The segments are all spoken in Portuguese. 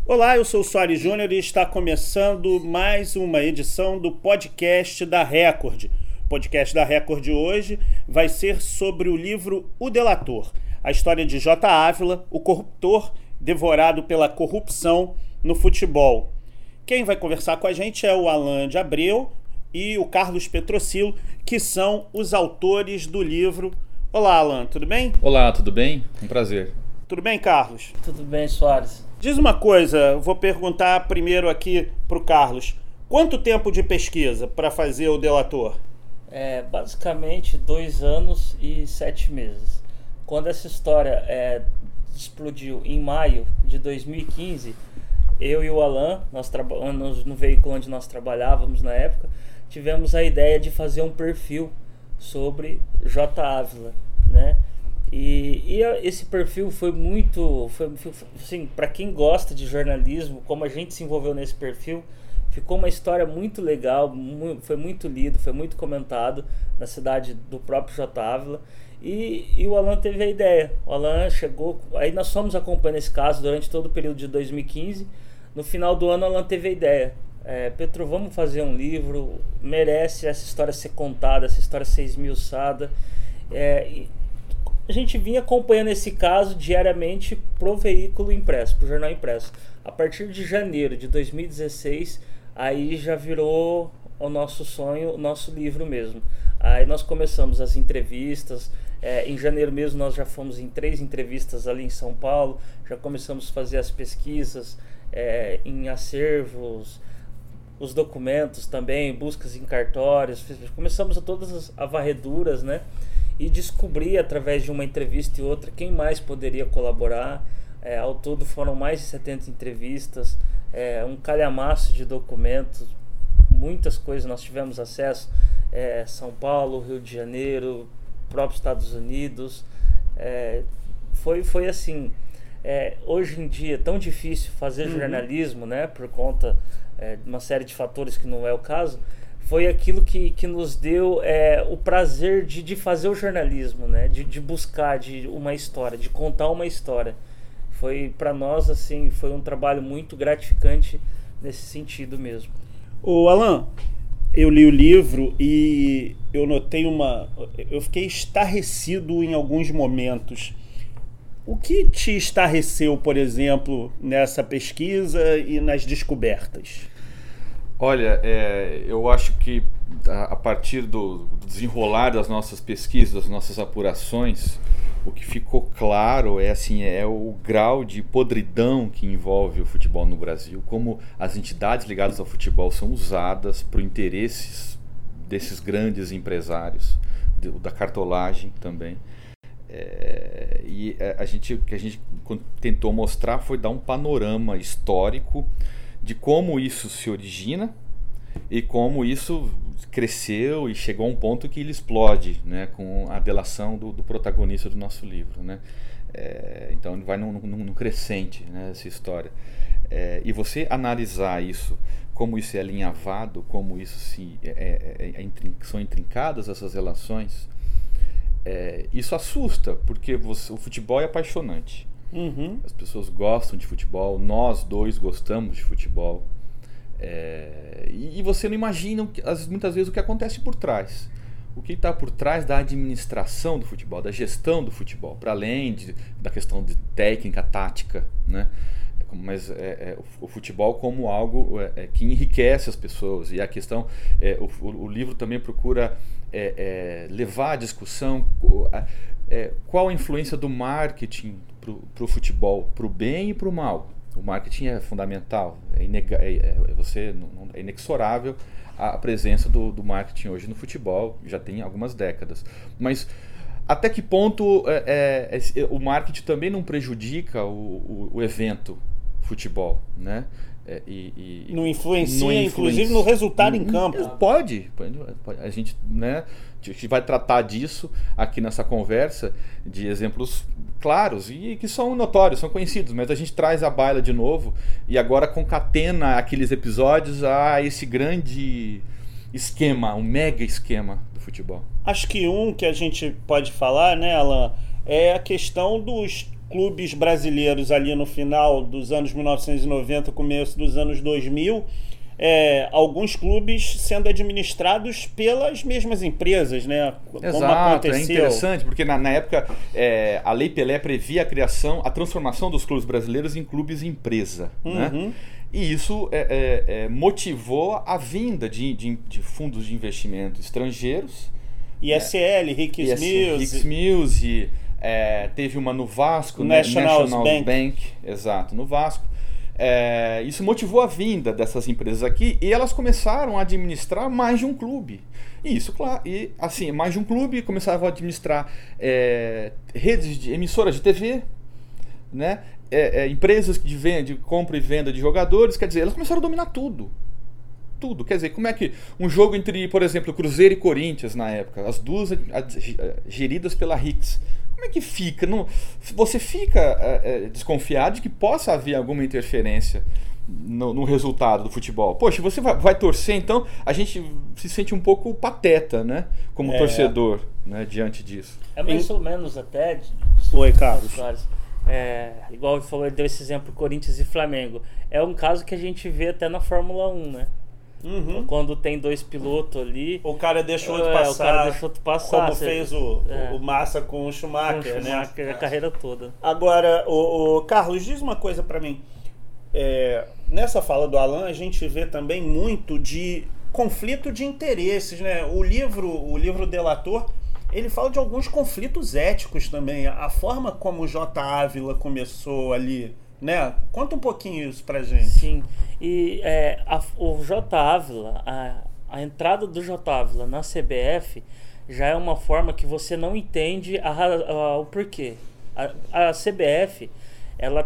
Olá, eu sou o Soares Júnior e está começando mais uma edição do podcast da Record. O podcast da Record de hoje vai ser sobre o livro O Delator, a história de J. Ávila, o corruptor devorado pela corrupção no futebol. Quem vai conversar com a gente é o Alan de Abreu e o Carlos Petrocilo, que são os autores do livro. Olá, Alan, tudo bem? Olá, tudo bem? Um prazer. Tudo bem, Carlos? Tudo bem, Soares. Diz uma coisa, vou perguntar primeiro aqui para o Carlos. Quanto tempo de pesquisa para fazer o Delator? Basicamente 2 anos e 7 meses. Quando essa história explodiu em maio de 2015, eu e o Alan, no veículo onde nós trabalhávamos na época, tivemos a ideia de fazer um perfil sobre J. Ávila, né? E esse perfil foi assim, para quem gosta de jornalismo, como a gente se envolveu nesse perfil, ficou uma história muito legal, foi muito lido, foi muito comentado na cidade do próprio J. Ávila. E o Alan teve a ideia. O Alan chegou, aí nós fomos acompanhando esse caso durante todo o período de 2015. No final do ano, o Alan teve a ideia. Petro, vamos fazer um livro, merece essa história ser contada, essa história ser esmiuçada. A gente vinha acompanhando esse caso diariamente pro veículo impresso, pro jornal impresso. A partir de janeiro de 2016, aí já virou o nosso sonho, o nosso livro mesmo. Aí nós começamos as entrevistas. Em janeiro mesmo nós já fomos em 3 entrevistas ali em São Paulo. Já começamos a fazer as pesquisas em acervos, os documentos também, buscas em cartórios. Começamos todas as varreduras, né? E descobrir através de uma entrevista e outra quem mais poderia colaborar. Ao todo foram mais de 70 entrevistas, um calhamaço de documentos, muitas coisas nós tivemos acesso. São Paulo, Rio de Janeiro, próprios Estados Unidos. Foi assim, hoje em dia é tão difícil fazer jornalismo, né, por conta de uma série de fatores que não é o caso. Foi aquilo que nos deu o prazer de fazer o jornalismo, né? De buscar uma história, de contar uma história. Foi, para nós, assim, foi um trabalho muito gratificante nesse sentido mesmo. Ô Alan, eu li o livro e eu notei eu fiquei estarrecido em alguns momentos. O que te estarreceu, por exemplo, nessa pesquisa e nas descobertas? Olha, eu acho que a partir do desenrolar das nossas pesquisas, das nossas apurações, o que ficou claro é o grau de podridão que envolve o futebol no Brasil, como as entidades ligadas ao futebol são usadas por interesses desses grandes empresários, da cartolagem também. O que a gente tentou mostrar foi dar um panorama histórico de como isso se origina e como isso cresceu e chegou a um ponto que ele explode, né, com a delação do protagonista do nosso livro, né? Então ele vai num crescente, né, essa história. E você analisar isso, como isso é alinhavado, como isso são intrincadas essas relações, isso assusta, porque o futebol é apaixonante. As pessoas gostam de futebol, nós dois gostamos de futebol, e você não imagina muitas vezes o que acontece por trás, o que está por trás da administração do futebol, da gestão do futebol, para além da questão de técnica, tática, né? Mas o futebol como algo que enriquece as pessoas, e a questão, o livro também procura levar a discussão qual a influência do marketing para o futebol, para o bem e para o mal. O marketing é fundamental, é inexorável a presença do marketing hoje no futebol, já tem algumas décadas. Mas até que ponto o marketing também não prejudica o evento futebol, né? Não influencia, inclusive, no resultado em campo. Pode. A gente, né, a gente vai tratar disso aqui nessa conversa, de exemplos claros e que são notórios, são conhecidos, mas a gente traz à baila de novo e agora concatena aqueles episódios a esse grande esquema, um mega esquema do futebol. Acho que que a gente pode falar, né, Alan, é a questão dos clubes brasileiros ali no final dos anos 1990, começo dos anos 2000, alguns clubes sendo administrados pelas mesmas empresas, né? Exato, como aconteceu. É interessante, porque na época a Lei Pelé previa a transformação dos clubes brasileiros em clubes empresa, né? E isso motivou a vinda de fundos de investimento estrangeiros. ISL, Hicks Mills, teve uma no Vasco, National Bank, exato, no Vasco. Isso motivou a vinda dessas empresas aqui e elas começaram a administrar mais de um clube. Isso, claro. E assim, mais de um clube começavam a administrar redes de emissoras de TV, né? Empresas de compra e venda de jogadores. Quer dizer, elas começaram a dominar tudo. Tudo. Quer dizer, como é que um jogo entre, por exemplo, Cruzeiro e Corinthians na época, as duas geridas pela Hicks, como é que fica? Você fica desconfiado de que possa haver alguma interferência no resultado do futebol. Poxa, você vai torcer, então a gente se sente um pouco pateta, né? Como torcedor, né? Diante disso. É mais ou menos até... Oi, Carlos. Igual ele falou, ele deu esse exemplo, Corinthians e Flamengo. É um caso que a gente vê até na Fórmula 1, né? Quando tem dois pilotos ali, o cara deixa o outro passar, como fez o Massa com o Schumacher, né? A carreira toda. Agora, o Carlos, diz uma coisa pra mim. Nessa fala do Alan, a gente vê também muito de conflito de interesses, né? O livro Delator, ele fala de alguns conflitos éticos também. A forma como o J. Ávila começou ali, né? Conta um pouquinho isso pra gente. Sim, e o J. Ávila, a entrada do J. Ávila na CBF já é uma forma que você não entende o porquê. A CBF, ela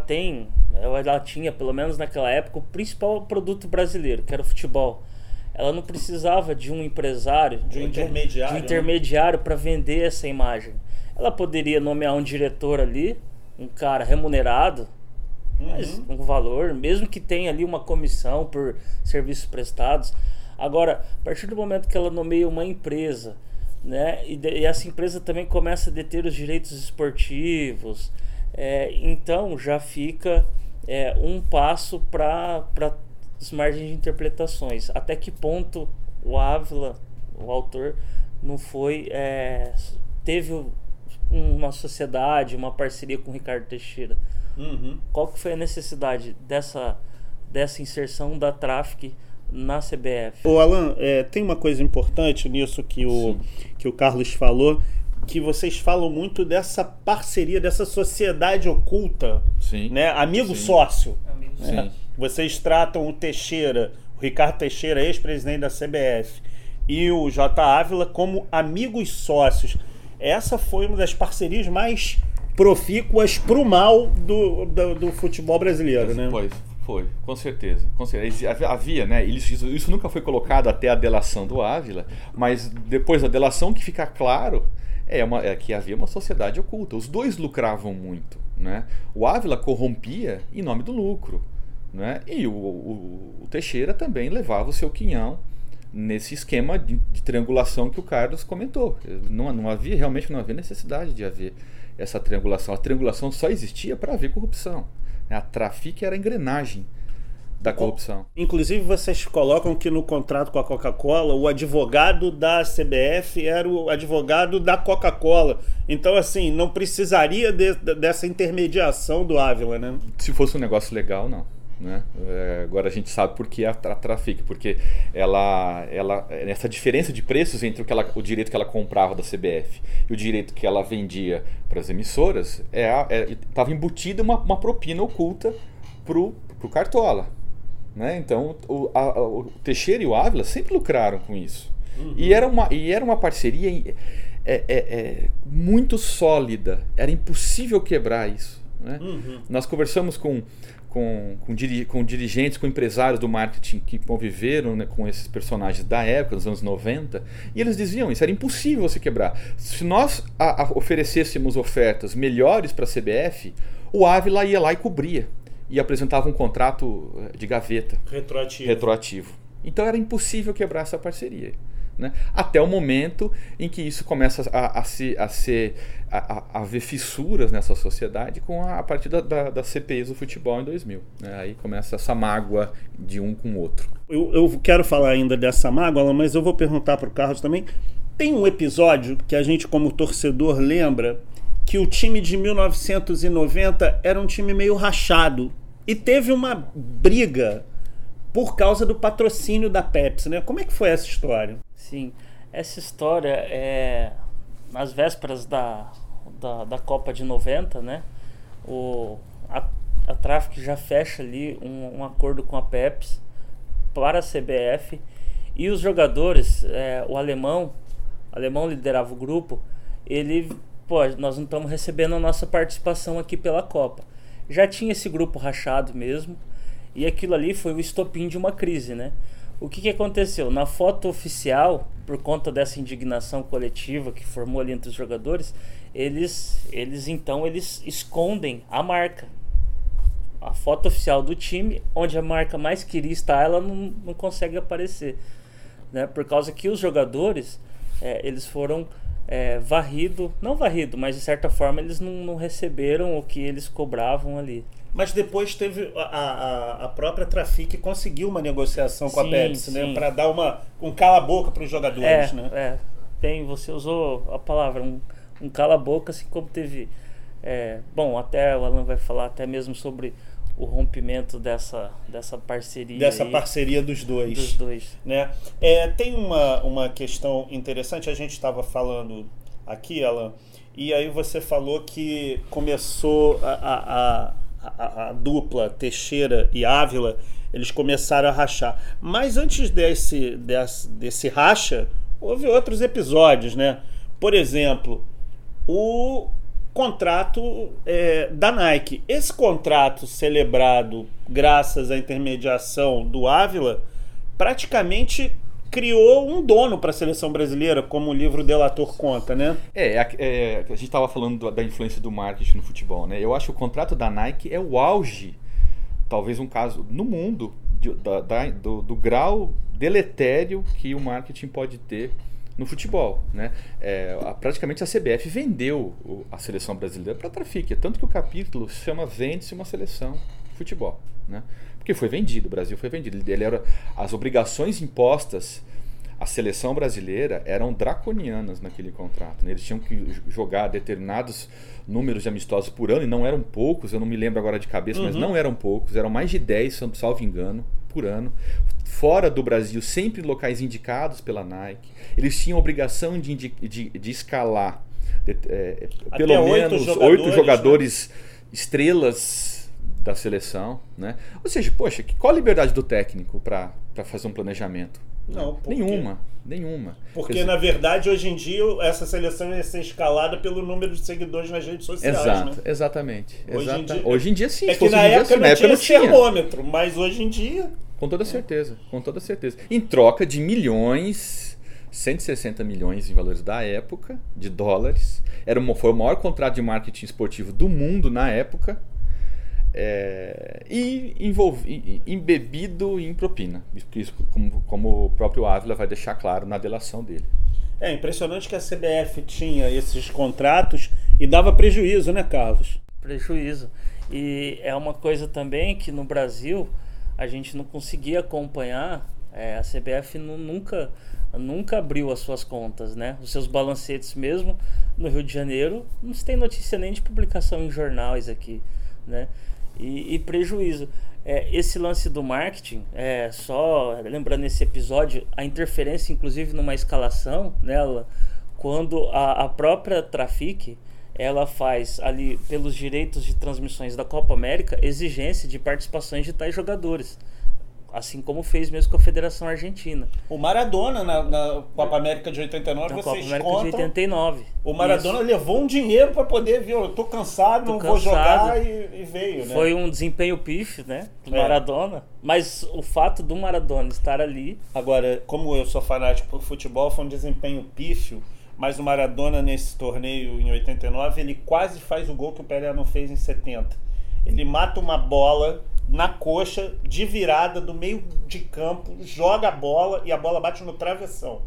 tinha, pelo menos naquela época, o principal produto brasileiro, que era o futebol. Ela não precisava de um empresário, de um intermediário, para vender essa imagem. Ela poderia nomear um diretor ali, um cara remunerado, mas um valor, mesmo que tenha ali uma comissão por serviços prestados. Agora, a partir do momento que ela nomeia uma empresa, né, e essa empresa também começa a deter os direitos esportivos, então já fica um passo para as margens de interpretações. Até que ponto o Ávila, o autor, não foi teve uma sociedade, uma parceria com o Ricardo Teixeira? Qual que foi a necessidade dessa inserção da Traffic na CBF? Ô Alan, tem uma coisa importante nisso que o Carlos falou, que vocês falam muito dessa parceria, dessa sociedade oculta. Sim. Né? Amigo-sócio. Né? Vocês tratam o Ricardo Teixeira, ex-presidente da CBF, e o J. Ávila como amigos sócios. Essa foi uma das parcerias mais profícuas pro mal do futebol brasileiro, né? Foi, com certeza. Havia, né? Isso nunca foi colocado até a delação do Ávila, mas depois da delação que fica claro que havia uma sociedade oculta. Os dois lucravam muito, né? O Ávila corrompia em nome do lucro, né? E o Teixeira também levava o seu quinhão nesse esquema de triangulação que o Carlos comentou. Não havia necessidade de haver essa triangulação. A triangulação só existia para haver corrupção. A Traffic era a engrenagem da corrupção. Inclusive, vocês colocam que no contrato com a Coca-Cola, o advogado da CBF era o advogado da Coca-Cola. Então, assim, não precisaria dessa intermediação do Ávila, né? Se fosse um negócio legal, não. Né? Agora a gente sabe por que a Traffic, porque essa diferença de preços entre o direito que ela comprava da CBF e o direito que ela vendia para as emissoras estava embutida uma propina oculta pro Cartola, né? Então o Teixeira e o Ávila sempre lucraram com isso. E era uma parceria muito sólida, era impossível quebrar isso, né? Nós conversamos com dirigentes, com empresários do marketing que conviveram, né, com esses personagens da época, dos anos 90, e eles diziam isso, era impossível você quebrar. Se nós oferecêssemos ofertas melhores para a CBF, o Ávila ia lá e cobria, e apresentava um contrato de gaveta. Retroativo. Então era impossível quebrar essa parceria. né? Até o momento em que isso começa a haver fissuras nessa sociedade a partir das CPIs do futebol em 2000. Né? Aí começa essa mágoa de um com o outro. Eu quero falar ainda dessa mágoa, mas eu vou perguntar para o Carlos também. Tem um episódio que a gente, como torcedor, lembra que o time de 1990 era um time meio rachado e teve uma briga por causa do patrocínio da Pepsi, né? Como é que foi essa história? Sim, essa história é nas vésperas da Copa de 90, né? A Traffic já fecha ali um acordo com a Pepsi para a CBF e os jogadores, o alemão liderava o grupo, nós não estamos recebendo a nossa participação aqui pela Copa. Já tinha esse grupo rachado mesmo, e aquilo ali foi o estopim de uma crise, né? O que aconteceu? Na foto oficial, por conta dessa indignação coletiva que formou ali entre os jogadores, eles escondem a marca. A foto oficial do time, onde a marca mais queria estar, ela não consegue aparecer, né? Por causa que os jogadores, eles foram não varrido, mas de certa forma eles não receberam o que eles cobravam ali. Mas depois teve a própria Traffic conseguiu uma negociação com a Pepsi, né? Para dar um cala-boca para os jogadores, né? Você usou a palavra, um cala-boca, assim como teve... até o Alan vai falar até mesmo sobre o rompimento dessa parceria. Dessa parceria dos dois. Né? Tem uma questão interessante, a gente estava falando aqui, Alan, e aí você falou que começou a dupla Teixeira e Ávila, eles começaram a rachar. Mas antes desse racha, houve outros episódios, né? Por exemplo, o contrato da Nike. Esse contrato celebrado graças à intermediação do Ávila praticamente criou um dono para a seleção brasileira, como o livro Delator conta, né? A gente estava falando da influência do marketing no futebol, né? Eu acho que o contrato da Nike é o auge, talvez um caso no mundo, do grau deletério que o marketing pode ter no futebol, né? Praticamente a CBF vendeu a seleção brasileira para a Traffic, tanto que o capítulo se chama Vende-se uma seleção de futebol, né? Porque foi vendido, o Brasil foi vendido. As obrigações impostas à seleção brasileira eram draconianas naquele contrato, né? Eles tinham que jogar determinados números de amistosos por ano, e não eram poucos, eu não me lembro agora de cabeça, mas não eram poucos, eram mais de 10, salvo engano, por ano. Fora do Brasil, sempre locais indicados pela Nike. Eles tinham obrigação de escalar pelo menos 8 jogadores, né? Estrelas da seleção, né? Ou seja, poxa, qual a liberdade do técnico para fazer um planejamento? Não, Nenhuma. Porque, na verdade, hoje em dia, essa seleção ia ser escalada pelo número de seguidores nas redes sociais. Exato, né? Exatamente. Hoje em dia sim. É que na época não tinha termômetro, mas hoje em dia... Com toda certeza. Em troca de milhões, 160 milhões em valores da época, de dólares. Foi o maior contrato de marketing esportivo do mundo na época. E embebido em propina, isso, como o próprio Ávila vai deixar claro na delação dele. É impressionante que a CBF tinha esses contratos e dava prejuízo, né, Carlos? Prejuízo. E é uma coisa também que no Brasil a gente não conseguia acompanhar. A CBF nunca abriu as suas contas, né? Os seus balancetes mesmo no Rio de Janeiro não se tem notícia nem de publicação em jornais aqui, né? E prejuízo. Esse lance do marketing, só lembrando esse episódio, a interferência inclusive numa escalação nela, quando a própria Traffic ela faz ali pelos direitos de transmissões da Copa América exigência de participações de tais jogadores, assim como fez mesmo com a Federação Argentina. O Maradona na Copa América de 89, na Copa América de 89. O Maradona levou um dinheiro para poder vir, eu tô cansado, vou jogar e veio, né? Foi um desempenho pífio, né, do Maradona, mas o fato do Maradona estar ali... Agora, como eu sou fanático por futebol, foi um desempenho pífio, mas o Maradona nesse torneio em 89, ele quase faz o gol que o Pelé não fez em 70. Ele mata uma bola na coxa, de virada, do meio de campo, joga a bola e a bola bate no travessão.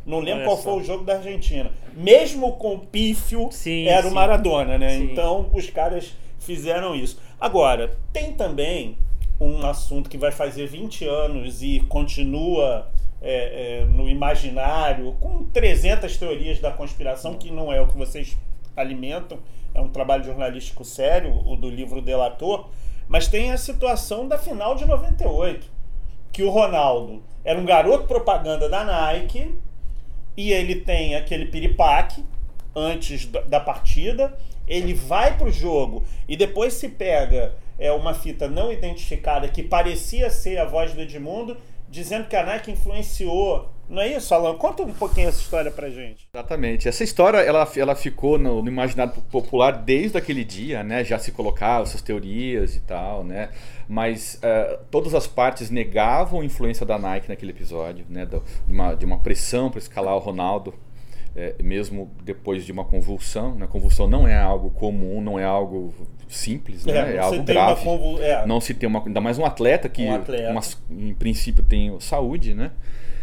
Não lembro qual foi o jogo da Argentina. Mesmo com pífio, era o Maradona, né? Sim. Então, os caras fizeram isso. Agora, tem também um assunto que vai fazer 20 anos e continua no imaginário, com 300 teorias da conspiração, que não é o que vocês alimentam, é um trabalho jornalístico sério, o do livro Delator, mas tem a situação da final de 98, que o Ronaldo era um garoto propaganda da Nike e ele tem aquele piripaque antes da partida, ele vai pro jogo e depois se pega uma fita não identificada que parecia ser a voz do Edmundo, dizendo que a Nike influenciou. Não é isso, Alan? Conta um pouquinho essa história pra gente. Exatamente. Essa história ela ficou no imaginário popular desde aquele dia, né? Já se colocava essas teorias e tal, né? Mas todas as partes negavam a influência da Nike naquele episódio, né? De uma pressão para escalar o Ronaldo, mesmo depois de uma convulsão. Né? A convulsão não é algo comum, não é algo simples, né? É algo grave. Não se tem ainda mais um atleta que em princípio tem saúde, né?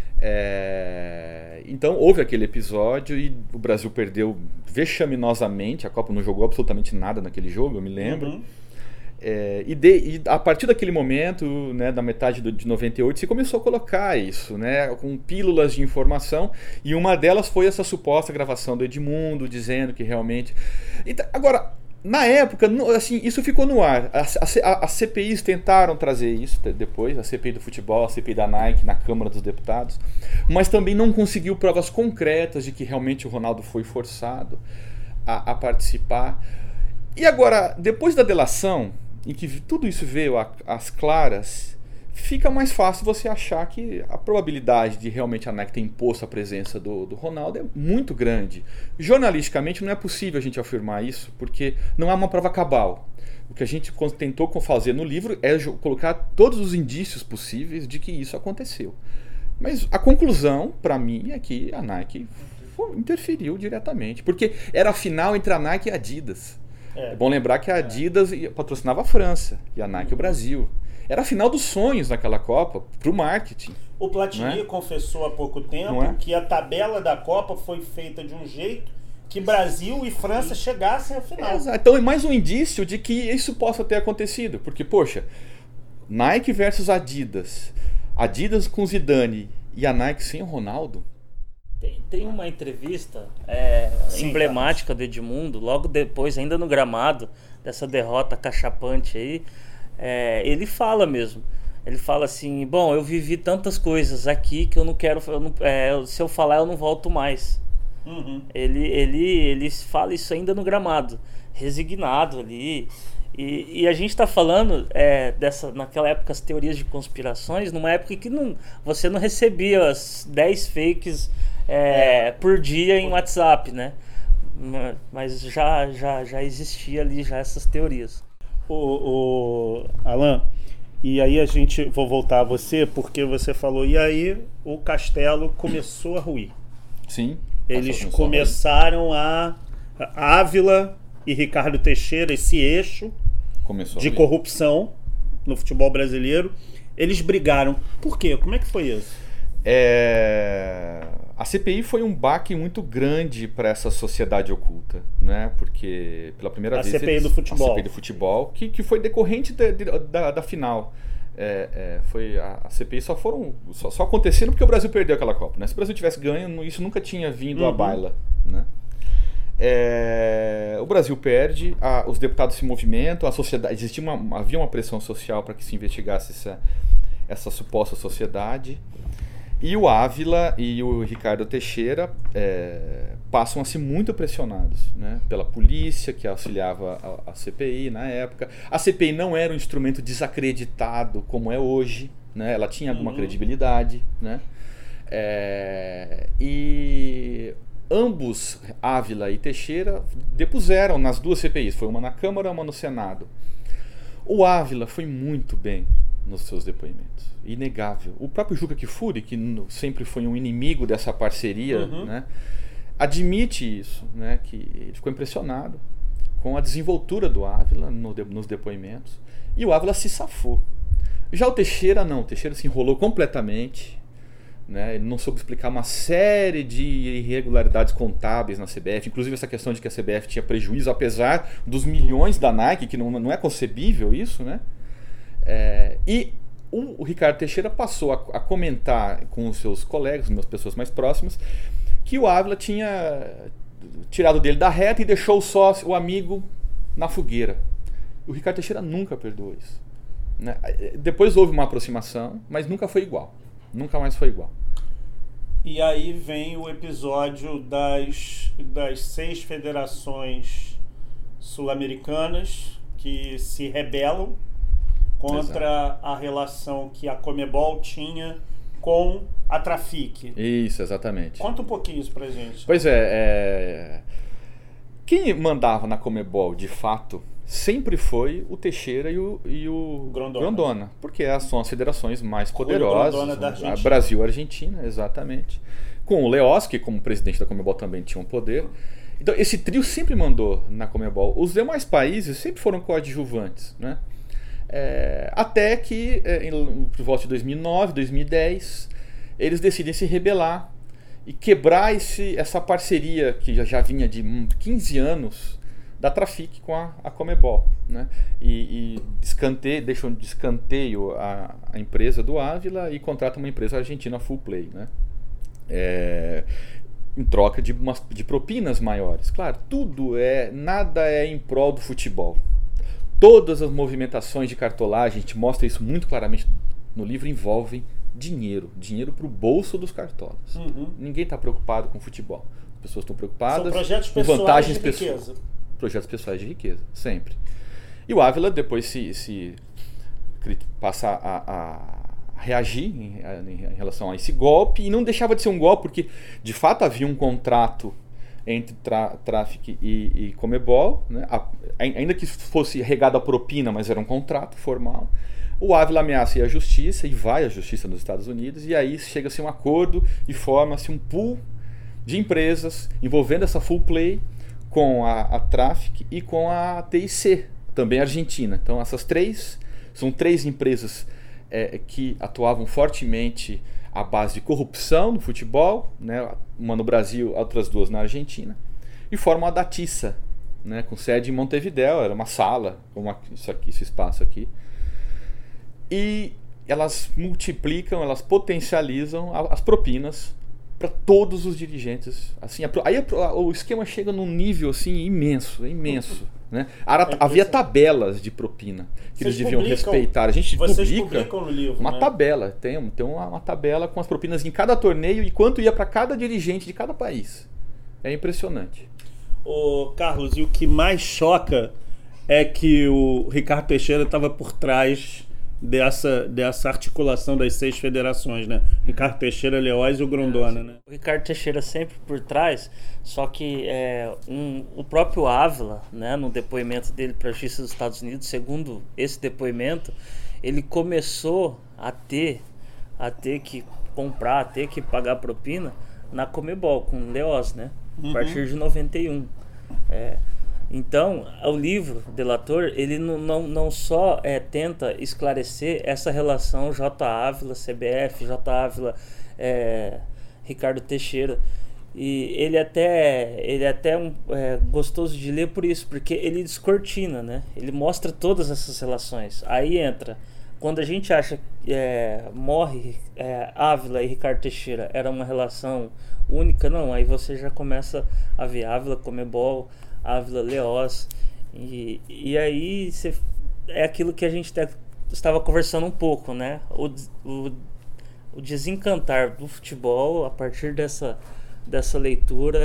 Então houve aquele episódio e o Brasil perdeu vexaminosamente. A Copa não jogou absolutamente nada naquele jogo, eu me lembro. E a partir daquele momento, né, da metade de 98, se começou a colocar isso, né, com pílulas de informação, e uma delas foi essa suposta gravação do Edmundo dizendo que realmente... Agora, na época, assim, isso ficou no ar. As CPIs tentaram trazer isso depois, a CPI do futebol, a CPI da Nike na Câmara dos Deputados, mas também não conseguiu provas concretas de que realmente o Ronaldo foi forçado a participar. E agora, depois da delação, em que tudo isso veio às claras, fica mais fácil você achar que a probabilidade de realmente a Nike ter imposto a presença do Ronaldo é muito grande. Jornalisticamente não é possível a gente afirmar isso, porque não há uma prova cabal. O que a gente tentou fazer no livro é colocar todos os indícios possíveis de que isso aconteceu. Mas a conclusão, para mim, é que a Nike interferiu diretamente, porque era a final entre a Nike e a Adidas. É bom lembrar que a Adidas patrocinava a França e a Nike o Brasil. Era a final dos sonhos naquela Copa, para o marketing. O Platini confessou há pouco tempo que a tabela da Copa foi feita de um jeito que Brasil e França chegassem à final. Então é mais um indício de que isso possa ter acontecido. Porque, poxa, Nike versus Adidas, Adidas com Zidane e a Nike sem o Ronaldo. Tem uma entrevista emblemática do Edmundo, logo depois, ainda no gramado, dessa derrota cachapante aí. Ele fala mesmo. Ele fala assim: bom, eu vivi tantas coisas aqui que eu não quero. Se eu falar, eu não volto mais. Uhum. Ele fala isso ainda no gramado, resignado ali. E a gente está falando naquela época, as teorias de conspirações, numa época que você não recebia as 10 fakes por dia em WhatsApp, né? Mas já existia ali já essas teorias. Alan, e aí vou voltar a você, porque você falou, e aí o castelo começou a ruir. Sim. Eles começaram a Ávila e Ricardo Teixeira, esse eixo de corrupção no futebol brasileiro, eles brigaram. Por quê? Como é que foi isso? A CPI foi um baque muito grande para essa sociedade oculta, né? Porque pela primeira vez... A CPI do futebol. A CPI do futebol, que foi decorrente da final. A CPI só aconteceram porque o Brasil perdeu aquela Copa, né? Se o Brasil tivesse ganho, isso nunca tinha vindo à baila, né? O Brasil perde, os deputados se movimentam, a sociedade, havia uma pressão social para que se investigasse essa suposta sociedade, e o Ávila e o Ricardo Teixeira passam a ser muito pressionados, né, pela polícia que auxiliava a CPI na época. A CPI não era um instrumento desacreditado como é hoje, né, ela tinha alguma credibilidade, né, e ambos, Ávila e Teixeira, depuseram nas duas CPIs, foi uma na Câmara e uma no Senado. O Ávila foi muito bem nos seus depoimentos, inegável. O próprio Juca Kfouri, que sempre foi um inimigo dessa parceria, né, admite isso, né, que ele ficou impressionado com a desenvoltura do Ávila nos depoimentos, e o Ávila se safou. Já o Teixeira não, o Teixeira se enrolou completamente, né? Ele não soube explicar uma série de irregularidades contábeis na CBF, inclusive essa questão de que a CBF tinha prejuízo, apesar dos milhões da Nike, que não é concebível isso, né? E o Ricardo Teixeira passou a comentar com os seus colegas, as pessoas mais próximas, que o Ávila tinha tirado dele da reta e deixou o sócio, o amigo, na fogueira. O Ricardo Teixeira nunca perdoou isso, né? Depois houve uma aproximação, mas nunca foi igual. Nunca mais foi igual. E aí vem o episódio das 6 federações sul-americanas que se rebelam contra a relação que a Conmebol tinha com a Trafic. Isso, exatamente. Conta um pouquinho isso pra gente. Pois quem mandava na Conmebol, de fato, sempre foi o Teixeira e o Grondona, porque são as federações mais poderosas, da Argentina. Brasil e Argentina, exatamente. Com o Leoz, que como presidente da Conmebol também tinha um poder. Então esse trio sempre mandou na Conmebol. Os demais países sempre foram coadjuvantes, né? Até que, por volta de 2009, 2010, eles decidem se rebelar e quebrar essa parceria que já vinha de 15 anos da Trafic com a Conmebol, né? E deixam de escanteio a empresa do Ávila e contratam uma empresa argentina Full Play, né? Em troca de propinas maiores. Claro, nada é em prol do futebol. Todas as movimentações de cartolagem, a gente mostra isso muito claramente no livro, envolvem dinheiro para o bolso dos cartolas. Ninguém está preocupado com futebol. As pessoas estão preocupadas São projetos com vantagens pessoais de riqueza. Projetos pessoais de riqueza, sempre. E o Ávila depois se passa a reagir em relação a esse golpe, e não deixava de ser um golpe, porque de fato havia um contrato entre Trafic e Conmebol, né? Ainda que fosse regado a propina, mas era um contrato formal. O Ávila ameaça ir à justiça, e vai à justiça nos Estados Unidos, e aí chega-se a um acordo e forma-se um pool de empresas envolvendo essa Full Play com a Trafic e com a TIC, também argentina. Então são três empresas que atuavam fortemente à base de corrupção no futebol, né? Uma no Brasil, outras duas na Argentina, e formam a Datiça, né? Com sede em Montevidéu, era uma sala, como esse espaço aqui. E elas multiplicam, elas potencializam as propinas para todos os dirigentes. Assim, aí o esquema chega num nível assim, imenso, né? Havia tabelas de propina que eles deviam respeitar. A gente publica no livro, uma né? tabela, tem uma tabela com as propinas em cada torneio e quanto ia para cada dirigente de cada país. É impressionante. Ô, Carlos, e o que mais choca é que o Ricardo Teixeira estava por trás dessa articulação das 6 federações, né? Ricardo Teixeira, Leoz e o Grondona, né? O Ricardo Teixeira sempre por trás, só que o próprio Ávila, né, no depoimento dele para a Justiça dos Estados Unidos, segundo esse depoimento, ele começou a ter que comprar, a ter que pagar propina na Conmebol, com o Leoz, né? A partir de 91. Então, o livro Delator, ele não só tenta esclarecer essa relação J. Ávila, CBF, J. Ávila, Ricardo Teixeira. E ele até gostoso de ler por isso, porque ele descortina, né? Ele mostra todas essas relações. Aí entra, quando a gente acha que morre Ávila e Ricardo Teixeira, era uma relação única, não. Aí você já começa a ver Ávila, Conmebol, Ávila, Leoz, e aí é aquilo que a gente estava conversando um pouco, né? O desencantar do futebol a partir dessa leitura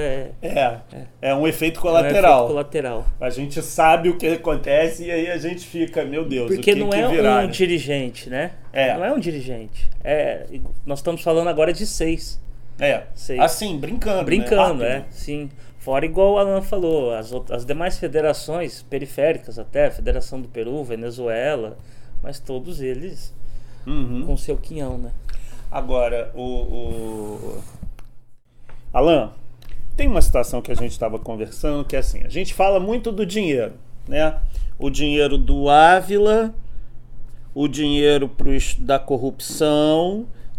é um efeito colateral. É um efeito colateral. A gente sabe o que acontece e aí a gente fica, meu Deus, porque o que não é virar, um dirigente, né? É. Não é um dirigente. Nós estamos falando agora de 6. 6. Assim, brincando, né? Sim. Fora, igual o Alan falou, as demais federações periféricas até, Federação do Peru, Venezuela, mas todos eles com seu quinhão, né? Agora, Alan, tem uma situação que a gente estava conversando, que é assim, a gente fala muito do dinheiro, né? O dinheiro do Ávila, o dinheiro da corrupção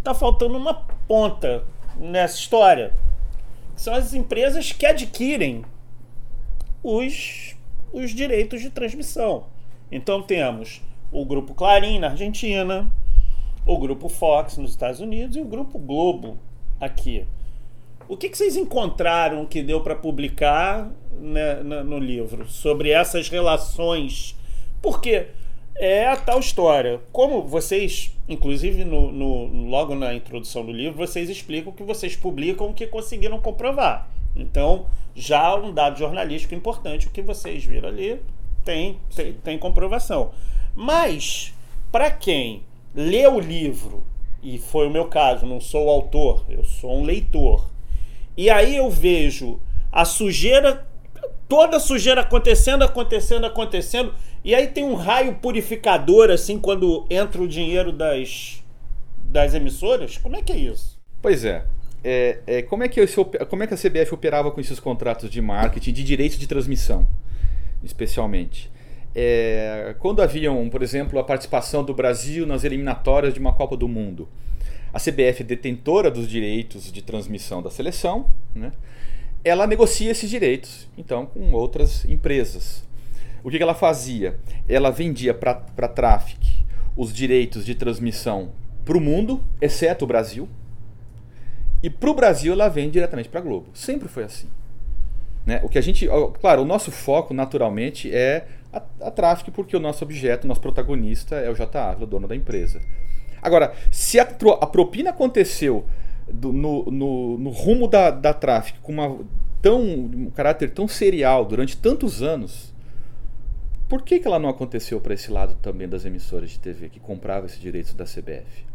está faltando uma ponta nessa história. São as empresas que adquirem os direitos de transmissão. Então temos o Grupo Clarim na Argentina, o Grupo Fox nos Estados Unidos e o Grupo Globo aqui. O que vocês encontraram que deu para publicar, né, no livro sobre essas relações? Porque é a tal história. Como vocês, inclusive logo na introdução do livro, vocês explicam que vocês publicam o que conseguiram comprovar. Então, já um dado jornalístico importante, o que vocês viram ali tem comprovação. Mas, para quem lê o livro, e foi o meu caso, não sou o autor, eu sou um leitor, e aí eu vejo a sujeira, toda a sujeira acontecendo, e aí tem um raio purificador, assim, quando entra o dinheiro das emissoras. Como é que é isso? Pois é. Como é que a CBF operava com esses contratos de marketing, de direitos de transmissão, especialmente? Quando haviam, por exemplo, a participação do Brasil nas eliminatórias de uma Copa do Mundo, a CBF, detentora dos direitos de transmissão da seleção, né, ela negocia esses direitos, então, com outras empresas. O que ela fazia? Ela vendia para a Traffic os direitos de transmissão para o mundo, exceto o Brasil. E para o Brasil ela vende diretamente para a Globo. Sempre foi assim. Né? Claro, o nosso foco naturalmente é a Traffic, porque o nosso objeto, o nosso protagonista é o J. Ávila, dono da empresa. Agora, se a propina aconteceu no rumo da Traffic com um caráter tão serial durante tantos anos, por que ela não aconteceu para esse lado também das emissoras de TV que compravam esses direitos da CBF?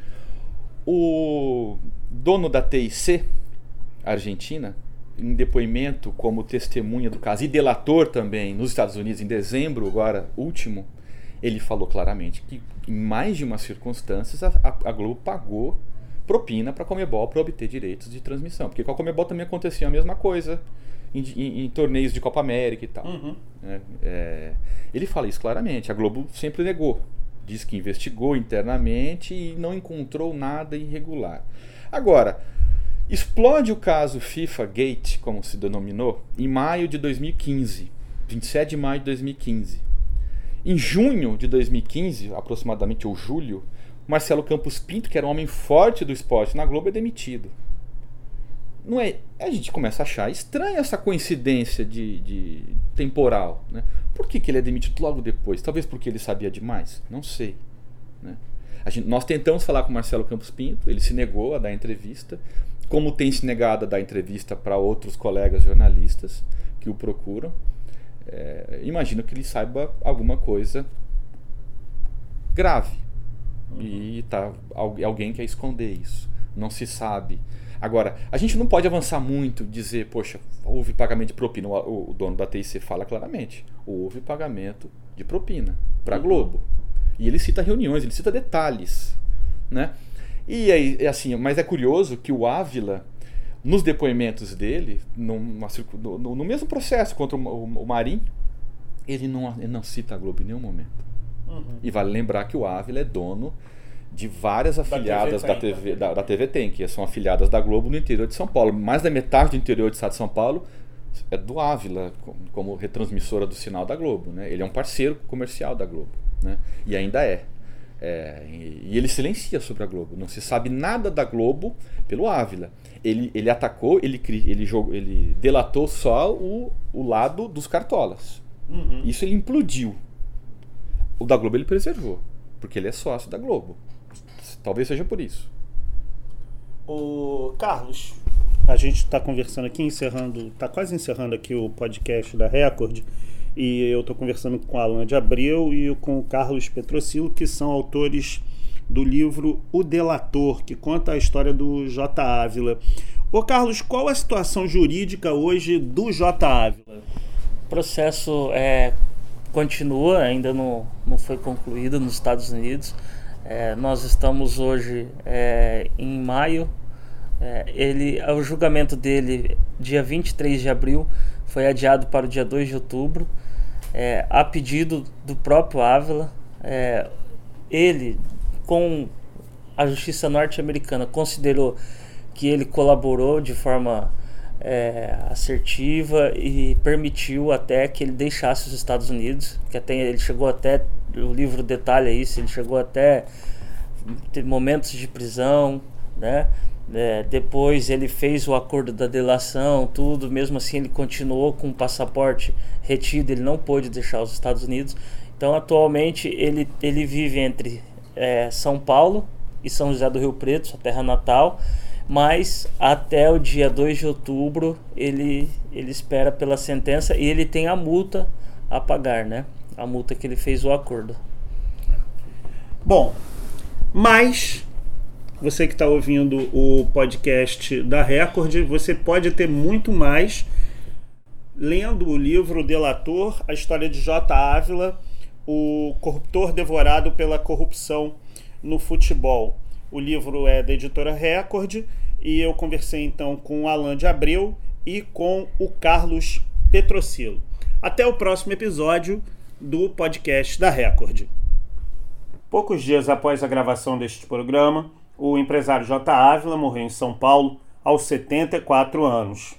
O dono da TIC Argentina, em depoimento como testemunha do caso e delator também nos Estados Unidos em dezembro, agora último, ele falou claramente que em mais de uma circunstância a Globo pagou propina para a Conmebol para obter direitos de transmissão, porque com a Conmebol também acontecia a mesma coisa em torneios de Copa América e tal. Uhum. Ele fala isso claramente. A Globo sempre negou. Diz que investigou internamente e não encontrou nada irregular. Agora, explode o caso FIFA Gate, como se denominou, em maio de 2015. 27 de maio de 2015. Em junho de 2015, aproximadamente, ou julho, Marcelo Campos Pinto, que era um homem forte do esporte na Globo, é demitido. Não é? A gente começa a achar estranha essa coincidência de temporal, né? Por que ele é demitido logo depois? Talvez porque ele sabia demais? Não sei, né? Nós tentamos falar com o Marcelo Campos Pinto, ele se negou a dar entrevista, como tem se negado a dar entrevista para outros colegas jornalistas que o procuram. Imagino que ele saiba alguma coisa grave. E alguém quer esconder isso. Não se sabe. Agora, a gente não pode avançar muito, dizer, poxa, houve pagamento de propina. O dono da TIC fala claramente, houve pagamento de propina para a Globo. E ele cita reuniões, ele cita detalhes, né? E aí, assim, mas é curioso que o Ávila, nos depoimentos dele, no mesmo processo contra o Marinho, ele não cita a Globo em nenhum momento. E vale lembrar que o Ávila é dono de várias afiliadas da TV Tem, que são afiliadas da Globo no interior de São Paulo. Mais da metade do interior do estado de São Paulo é do Ávila, como retransmissora do sinal da Globo, né? Ele é um parceiro comercial da Globo, né? E ainda e ele silencia sobre a Globo. Não se sabe nada da Globo pelo Ávila. Ele atacou, ele delatou só o lado dos cartolas. Isso ele implodiu. O da Globo ele preservou, porque ele é sócio da Globo. Talvez seja por isso. O Carlos, a gente está conversando aqui, está quase encerrando aqui o podcast da Record, e eu estou conversando com o Alan de Abreu e com o Carlos Petrocilo, que são autores do livro O Delator, que conta a história do J. Ávila. Ô Carlos, qual a situação jurídica hoje do J. Ávila? O processo continua, ainda não foi concluído nos Estados Unidos. Nós estamos hoje em maio. O julgamento dele, dia 23 de abril, foi adiado para o dia 2 de outubro, a pedido do próprio Ávila. Ele, com a justiça norte-americana considerou que ele colaborou de forma assertiva e permitiu até que ele deixasse os Estados Unidos, que até ele chegou até, o livro detalha isso, ele chegou até ter momentos de prisão, né? Depois ele fez o acordo da delação, tudo, mesmo assim ele continuou com o passaporte retido, ele não pôde deixar os Estados Unidos. Então atualmente ele vive entre São Paulo e São José do Rio Preto, sua terra natal, mas até o dia 2 de outubro ele espera pela sentença e ele tem a multa a pagar, né? A multa que ele fez o acordo. Bom, mas você que está ouvindo o podcast da Record, você pode ter muito mais lendo o livro O Delator, a história de J. Ávila, o corruptor devorado pela corrupção no futebol. O livro é da editora Record e eu conversei então com o Alan de Abreu e com o Carlos Petrocilo. Até o próximo episódio do podcast da Record. Poucos dias após a gravação deste programa, o empresário J. Ávila morreu em São Paulo aos 74 anos.